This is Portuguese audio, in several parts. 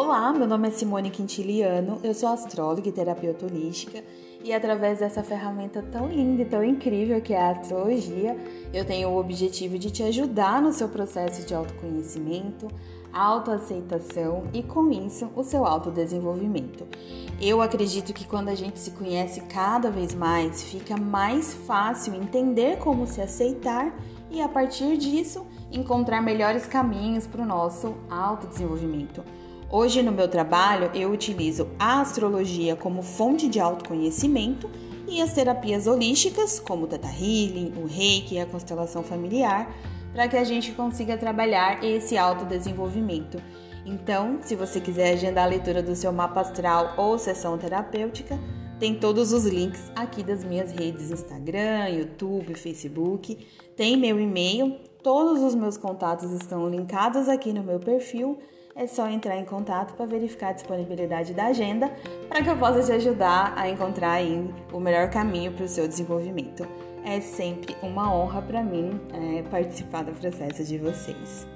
Olá, meu nome é Simone Quintiliano, eu sou astróloga e terapeuta holística e através dessa ferramenta tão linda e tão incrível que é a astrologia, eu tenho o objetivo de te ajudar no seu processo de autoconhecimento, autoaceitação e com isso o seu autodesenvolvimento. Eu acredito que quando a gente se conhece cada vez mais, fica mais fácil entender como se aceitar e a partir disso encontrar melhores caminhos para o nosso autodesenvolvimento. Hoje no meu trabalho eu utilizo a astrologia como fonte de autoconhecimento e as terapias holísticas como o Theta Healing, o Reiki e a constelação familiar para que a gente consiga trabalhar esse autodesenvolvimento. Então, se você quiser agendar a leitura do seu mapa astral ou sessão terapêutica, tem todos os links aqui das minhas redes Instagram, YouTube, Facebook, tem meu e-mail, todos os meus contatos estão linkados aqui no meu perfil. É só entrar em contato para verificar a disponibilidade da agenda para que eu possa te ajudar a encontrar aí o melhor caminho para o seu desenvolvimento. É sempre uma honra para mim participar do processo de vocês.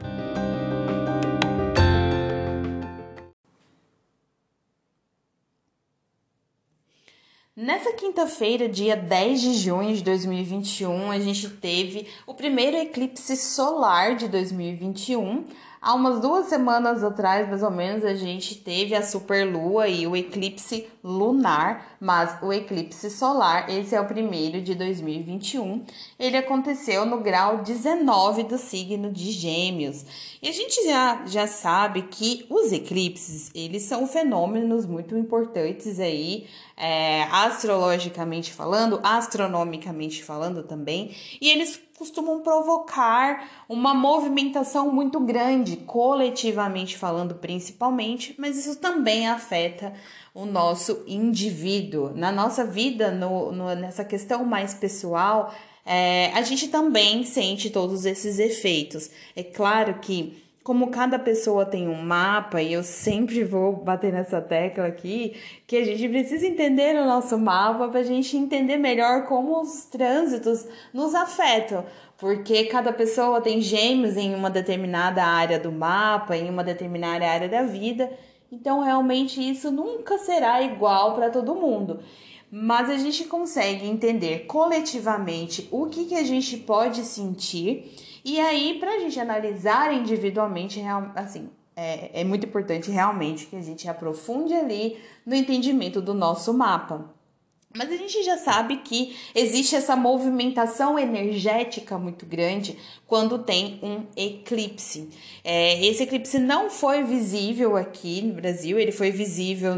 Nessa quinta-feira, dia 10 de junho de 2021, a gente teve o primeiro eclipse solar de 2021. Há umas 2 semanas atrás, mais ou menos, a gente teve a superlua e o eclipse lunar, mas o eclipse solar, esse é o primeiro de 2021, ele aconteceu no grau 19 do signo de Gêmeos. E a gente já sabe que os eclipses, eles são fenômenos muito importantes aí, astrologicamente falando, astronomicamente falando também, e eles costumam provocar uma movimentação muito grande, coletivamente falando principalmente, mas isso também afeta o nosso indivíduo. Na nossa vida, nessa questão mais pessoal, a gente também sente todos esses efeitos. É claro que como cada pessoa tem um mapa, e eu sempre vou bater nessa tecla aqui, que a gente precisa entender o nosso mapa para a gente entender melhor como os trânsitos nos afetam. Porque cada pessoa tem gêmeos em uma determinada área do mapa, em uma determinada área da vida. Então, realmente, isso nunca será igual para todo mundo. Mas a gente consegue entender coletivamente o que a gente pode sentir. E aí, para a gente analisar individualmente, assim, é muito importante realmente que a gente aprofunde ali no entendimento do nosso mapa. Mas a gente já sabe que existe essa movimentação energética muito grande quando tem um eclipse. Esse eclipse não foi visível aqui no Brasil, ele foi visível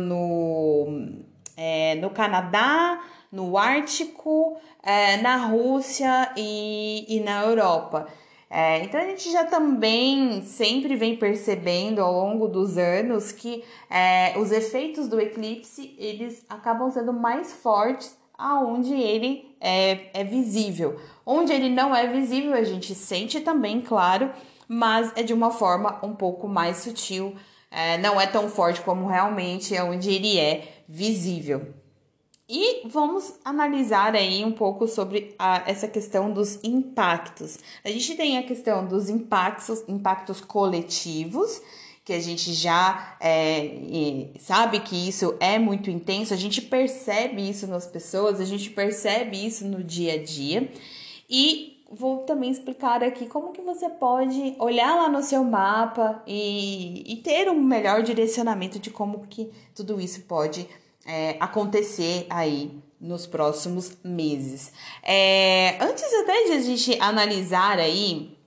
no Canadá, no Ártico, na Rússia e na Europa. Então a gente já também sempre vem percebendo ao longo dos anos que os efeitos do eclipse eles acabam sendo mais fortes aonde ele é visível. Onde ele não é visível a gente sente também, claro, mas é de uma forma um pouco mais sutil, não é tão forte como realmente é onde ele é visível. E vamos analisar aí um pouco sobre essa questão dos impactos. A gente tem a questão dos impactos coletivos, que a gente já sabe que isso é muito intenso, a gente percebe isso nas pessoas, a gente percebe isso no dia a dia. E vou também explicar aqui como que você pode olhar lá no seu mapa e ter um melhor direcionamento de como que tudo isso pode acontecer aí nos próximos meses. Antes até de a gente analisar aí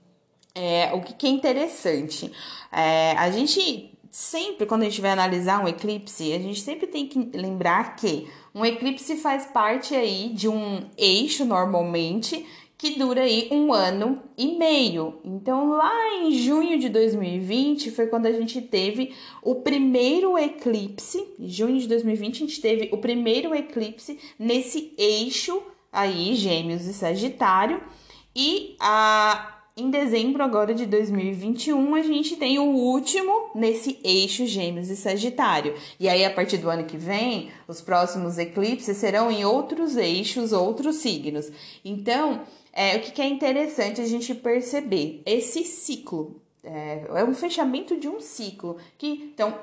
o que é interessante, a gente sempre, quando a gente vai analisar um eclipse, a gente sempre tem que lembrar que um eclipse faz parte aí de um eixo normalmente, que dura aí 1 ano e meio. Então, lá em junho de 2020, foi quando a gente teve o primeiro eclipse. Em junho de 2020, a gente teve o primeiro eclipse nesse eixo aí, Gêmeos e Sagitário. E em dezembro agora de 2021, a gente tem o último nesse eixo Gêmeos e Sagitário. E aí, a partir do ano que vem, os próximos eclipses serão em outros eixos, outros signos. Então, o que é interessante a gente perceber? Esse ciclo. É um fechamento de um ciclo. Então,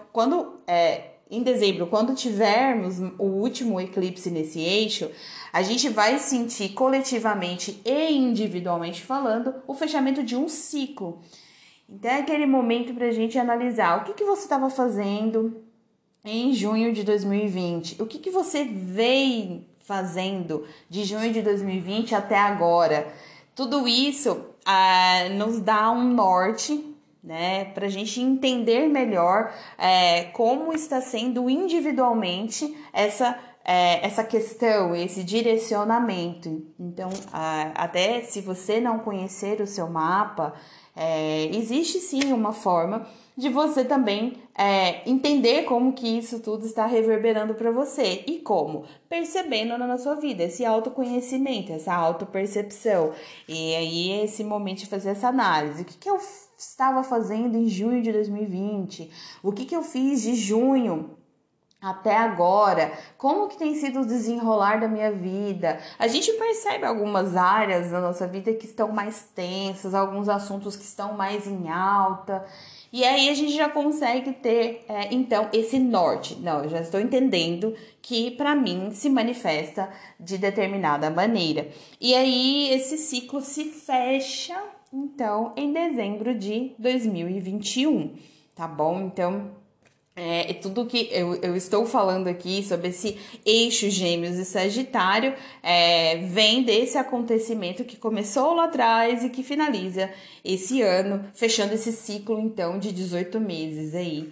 em dezembro, quando tivermos o último eclipse nesse eixo, a gente vai sentir coletivamente e individualmente falando o fechamento de um ciclo. Então, é aquele momento para a gente analisar o que você estava fazendo em junho de 2020. O que você veio fazendo de junho de 2020 até agora? Tudo isso nos dá um norte, né, para a gente entender melhor como está sendo individualmente essa questão, esse direcionamento. Então, até se você não conhecer o seu mapa, existe sim uma forma de você também entender como que isso tudo está reverberando para você. E como? Percebendo na sua vida, esse autoconhecimento, essa autopercepção. E aí é esse momento de fazer essa análise. O que eu estava fazendo em junho de 2020? O que eu fiz de junho até agora? Como que tem sido o desenrolar da minha vida? A gente percebe algumas áreas da nossa vida que estão mais tensas, alguns assuntos que estão mais em alta, e aí a gente já consegue ter, então, esse norte. Não, eu já estou entendendo que para mim se manifesta de determinada maneira. E aí esse ciclo se fecha, então, em dezembro de 2021, tá bom? Então, tudo que eu estou falando aqui sobre esse eixo Gêmeos e Sagitário vem desse acontecimento que começou lá atrás e que finaliza esse ano, fechando esse ciclo, então, de 18 meses aí.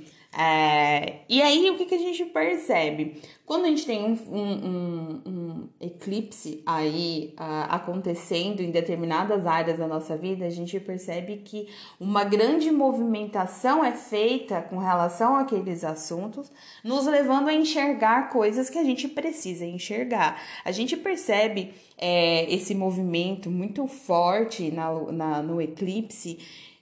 E aí, o que a gente percebe? Quando a gente tem um eclipse aí acontecendo em determinadas áreas da nossa vida, a gente percebe que uma grande movimentação é feita com relação àqueles assuntos, nos levando a enxergar coisas que a gente precisa enxergar. A gente percebe esse movimento muito forte no eclipse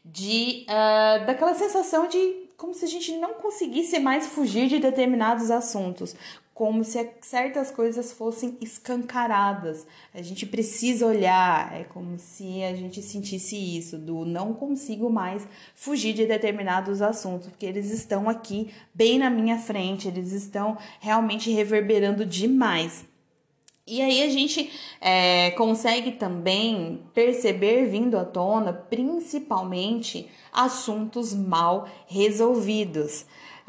daquela sensação de como se a gente não conseguisse mais fugir de determinados assuntos, como se certas coisas fossem escancaradas. A gente precisa olhar, é como se a gente sentisse isso, do não consigo mais fugir de determinados assuntos, porque eles estão aqui bem na minha frente, eles estão realmente reverberando demais. E aí a gente consegue também perceber vindo à tona, principalmente, assuntos mal resolvidos.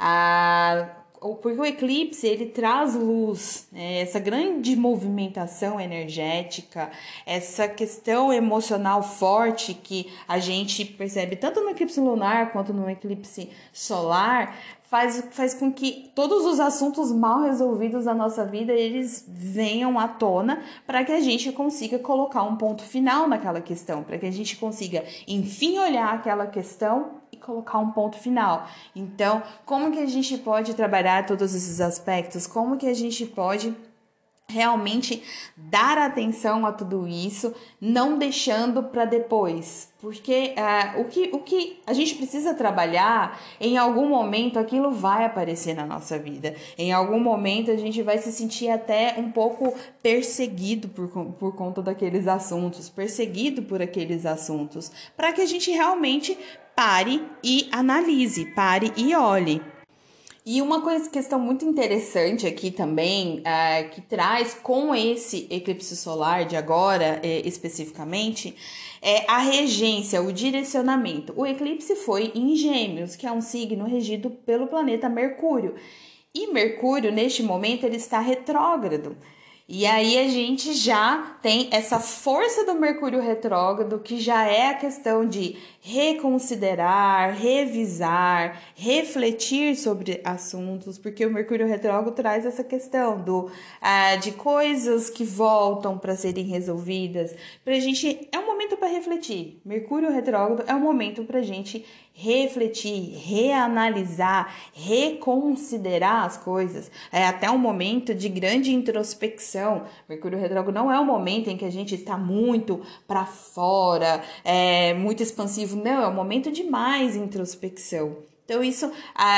Porque o eclipse, ele traz luz, essa grande movimentação energética, essa questão emocional forte que a gente percebe tanto no eclipse lunar quanto no eclipse solar, faz com que todos os assuntos mal resolvidos da nossa vida, eles venham à tona para que a gente consiga colocar um ponto final naquela questão, para que a gente consiga, enfim, olhar aquela questão e colocar um ponto final. Então, como que a gente pode trabalhar todos esses aspectos? Como que a gente pode realmente dar atenção a tudo isso, não deixando para depois, porque o que a gente precisa trabalhar, em algum momento aquilo vai aparecer na nossa vida, em algum momento a gente vai se sentir até um pouco perseguido por conta daqueles assuntos, perseguido por aqueles assuntos, para que a gente realmente pare e analise, pare e olhe. E uma questão muito interessante aqui também, que traz com esse eclipse solar de agora, especificamente, é a regência, o direcionamento. O eclipse foi em Gêmeos, que é um signo regido pelo planeta Mercúrio. E Mercúrio, neste momento, ele está retrógrado. E aí a gente já tem essa força do Mercúrio retrógrado, que já é a questão de reconsiderar, revisar, refletir sobre assuntos, porque o Mercúrio retrógrado traz essa questão de coisas que voltam para serem resolvidas. Pra gente, é um momento para refletir. Mercúrio retrógrado é um momento para a gente refletir, reanalisar, reconsiderar as coisas. É até um momento de grande introspecção. Mercúrio retrógrado não é um momento em que a gente está muito para fora, muito expansivo. Não, é um momento de mais introspecção. Então isso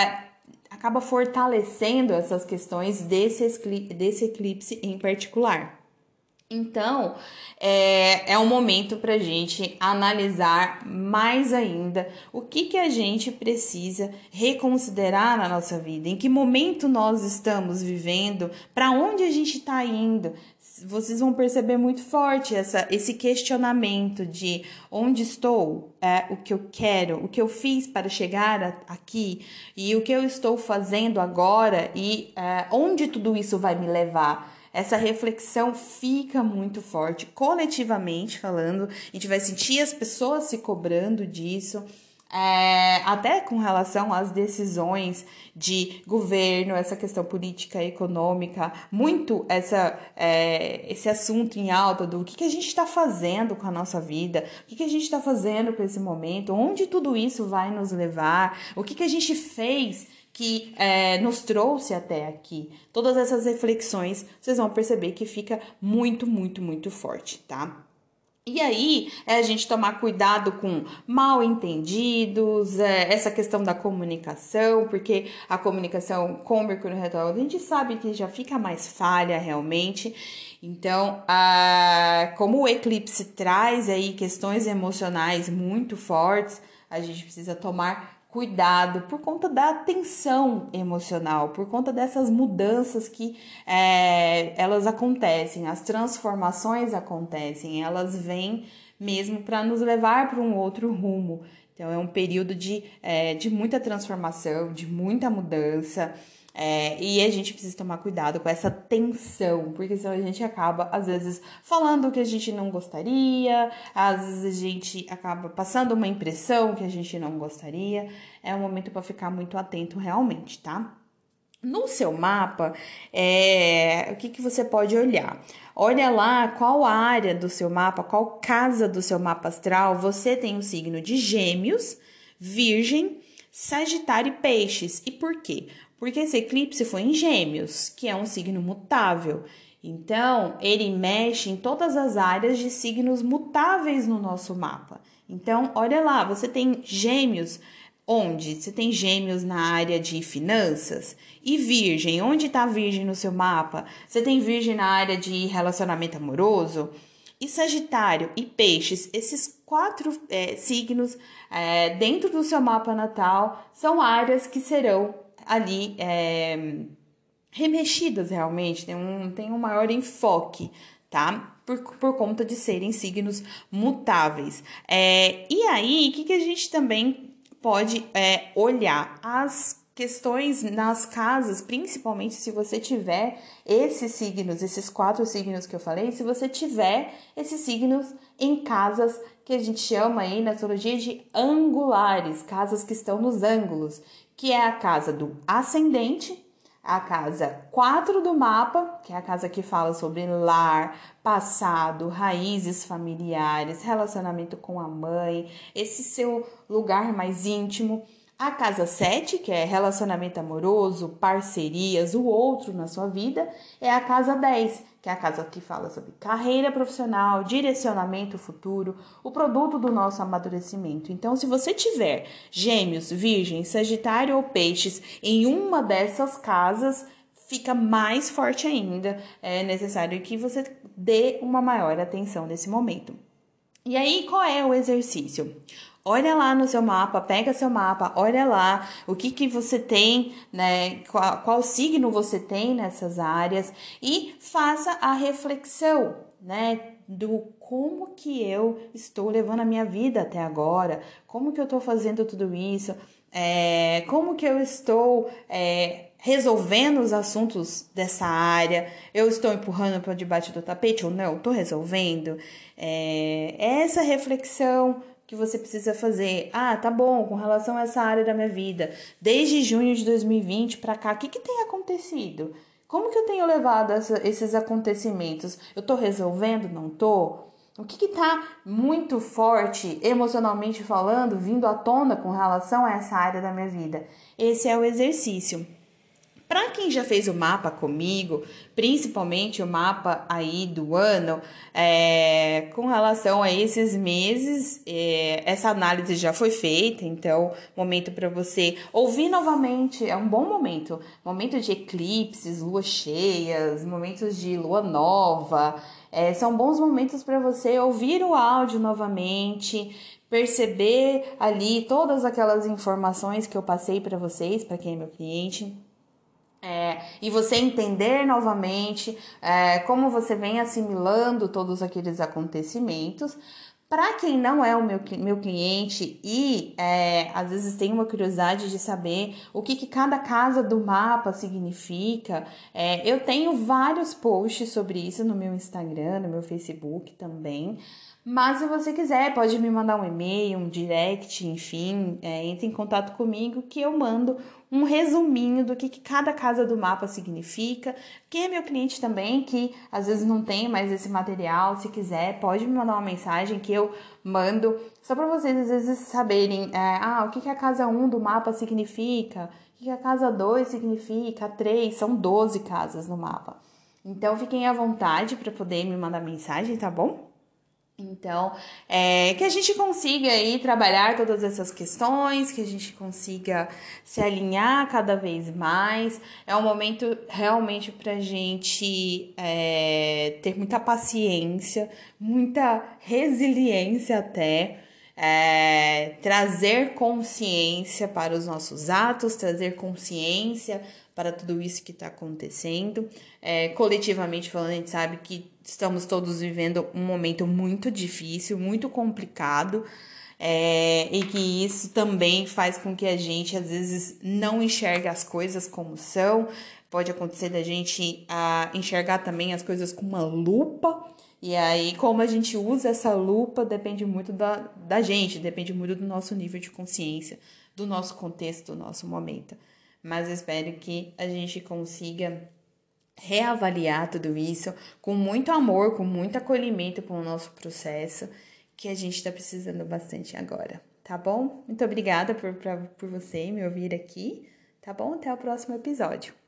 acaba fortalecendo essas questões desse eclipse em particular. Então, é um momento para a gente analisar mais ainda o que a gente precisa reconsiderar na nossa vida, em que momento nós estamos vivendo, para onde a gente está indo. Vocês vão perceber muito forte esse questionamento de onde estou, o que eu quero, o que eu fiz para chegar aqui e o que eu estou fazendo agora e onde tudo isso vai me levar. Essa reflexão fica muito forte, coletivamente falando, a gente vai sentir as pessoas se cobrando disso, até com relação às decisões de governo, essa questão política e econômica, muito esse assunto em alta do que a gente está fazendo com a nossa vida, o que a gente está fazendo com esse momento, onde tudo isso vai nos levar, o que a gente fez que nos trouxe até aqui. Todas essas reflexões, vocês vão perceber que fica muito, muito, muito forte, tá? E aí, a gente tomar cuidado com mal entendidos, essa questão da comunicação, porque a comunicação com Mercúrio retrógrado, a gente sabe que já fica mais falha realmente. Então, como o eclipse traz aí questões emocionais muito fortes, a gente precisa tomar cuidado por conta da tensão emocional, por conta dessas mudanças que elas acontecem, as transformações acontecem, elas vêm mesmo para nos levar para um outro rumo. Então é um período de muita transformação, de muita mudança. E a gente precisa tomar cuidado com essa tensão, porque senão a gente acaba, às vezes, falando o que a gente não gostaria, às vezes a gente acaba passando uma impressão que a gente não gostaria. É um momento para ficar muito atento realmente, tá? No seu mapa, o que você pode olhar? Olha lá qual área do seu mapa, qual casa do seu mapa astral você tem o signo de Gêmeos, Virgem, Sagitário e Peixes. E por quê? Porque esse eclipse foi em Gêmeos, que é um signo mutável. Então, ele mexe em todas as áreas de signos mutáveis no nosso mapa. Então, olha lá, você tem Gêmeos, onde? Você tem Gêmeos na área de finanças e Virgem. Onde está Virgem no seu mapa? Você tem Virgem na área de relacionamento amoroso? E Sagitário e Peixes, esses 4 signos dentro do seu mapa natal são áreas que serão ali remexidas realmente, tem um maior enfoque, tá? Por conta de serem signos mutáveis. E aí, o que a gente também pode olhar? As questões nas casas, principalmente se você tiver esses signos, esses 4 signos que eu falei, se você tiver esses signos em casas que a gente chama aí na astrologia de angulares, casas que estão nos ângulos, que é a casa do ascendente, a casa 4 do mapa, que é a casa que fala sobre lar, passado, raízes familiares, relacionamento com a mãe, esse seu lugar mais íntimo. A casa 7, que é relacionamento amoroso, parcerias, o outro na sua vida, é a casa 10, que é a casa que fala sobre carreira profissional, direcionamento futuro, o produto do nosso amadurecimento. Então, se você tiver Gêmeos, Virgem, Sagitário ou Peixes em uma dessas casas, fica mais forte ainda. É necessário que você dê uma maior atenção nesse momento. E aí, qual é o exercício? Olha lá no seu mapa, pega seu mapa, olha lá o que você tem, né? Qual signo você tem nessas áreas e faça a reflexão, né? Do como que eu estou levando a minha vida até agora, como que eu estou fazendo tudo isso, como que eu estou resolvendo os assuntos dessa área, eu estou empurrando para debaixo do tapete ou não, estou resolvendo. Essa reflexão que você precisa fazer. Tá bom, com relação a essa área da minha vida, desde junho de 2020 para cá, o que tem acontecido? Como que eu tenho levado esses acontecimentos? Eu tô resolvendo? Não tô? O que tá muito forte, emocionalmente falando, vindo à tona com relação a essa área da minha vida? Esse é o exercício. Para quem já fez o mapa comigo, principalmente o mapa aí do ano, com relação a esses meses, essa análise já foi feita, então, momento para você ouvir novamente, é um bom momento. Momento de eclipses, luas cheias, momentos de lua nova, são bons momentos para você ouvir o áudio novamente, perceber ali todas aquelas informações que eu passei para vocês, para quem é meu cliente. E você entender novamente como você vem assimilando todos aqueles acontecimentos. Para quem não é o meu cliente e às vezes tem uma curiosidade de saber o que cada casa do mapa significa, eu tenho vários posts sobre isso no meu Instagram, no meu Facebook também. Mas se você quiser, pode me mandar um e-mail, um direct, enfim, entre em contato comigo que eu mando um resuminho do que cada casa do mapa significa. Quem é meu cliente também, que às vezes não tem mais esse material, se quiser, pode me mandar uma mensagem que eu mando, só para vocês às vezes saberem o que a casa 1 do mapa significa, o que a casa 2 significa, a 3, são 12 casas no mapa. Então fiquem à vontade para poder me mandar mensagem, tá bom? Então, que a gente consiga aí trabalhar todas essas questões, que a gente consiga se alinhar cada vez mais. É um momento realmente pra gente ter muita paciência, muita resiliência até. Trazer consciência para os nossos atos, trazer consciência para tudo isso que está acontecendo. Coletivamente falando, a gente sabe que estamos todos vivendo um momento muito difícil, muito complicado, e que isso também faz com que a gente, às vezes, não enxergue as coisas como são. Pode acontecer da gente enxergar também as coisas com uma lupa. E aí, como a gente usa essa lupa, depende muito da gente, depende muito do nosso nível de consciência, do nosso contexto, do nosso momento. Mas eu espero que a gente consiga reavaliar tudo isso com muito amor, com muito acolhimento com o nosso processo, que a gente está precisando bastante agora, tá bom? Muito obrigada por você me ouvir aqui, tá bom? Até o próximo episódio.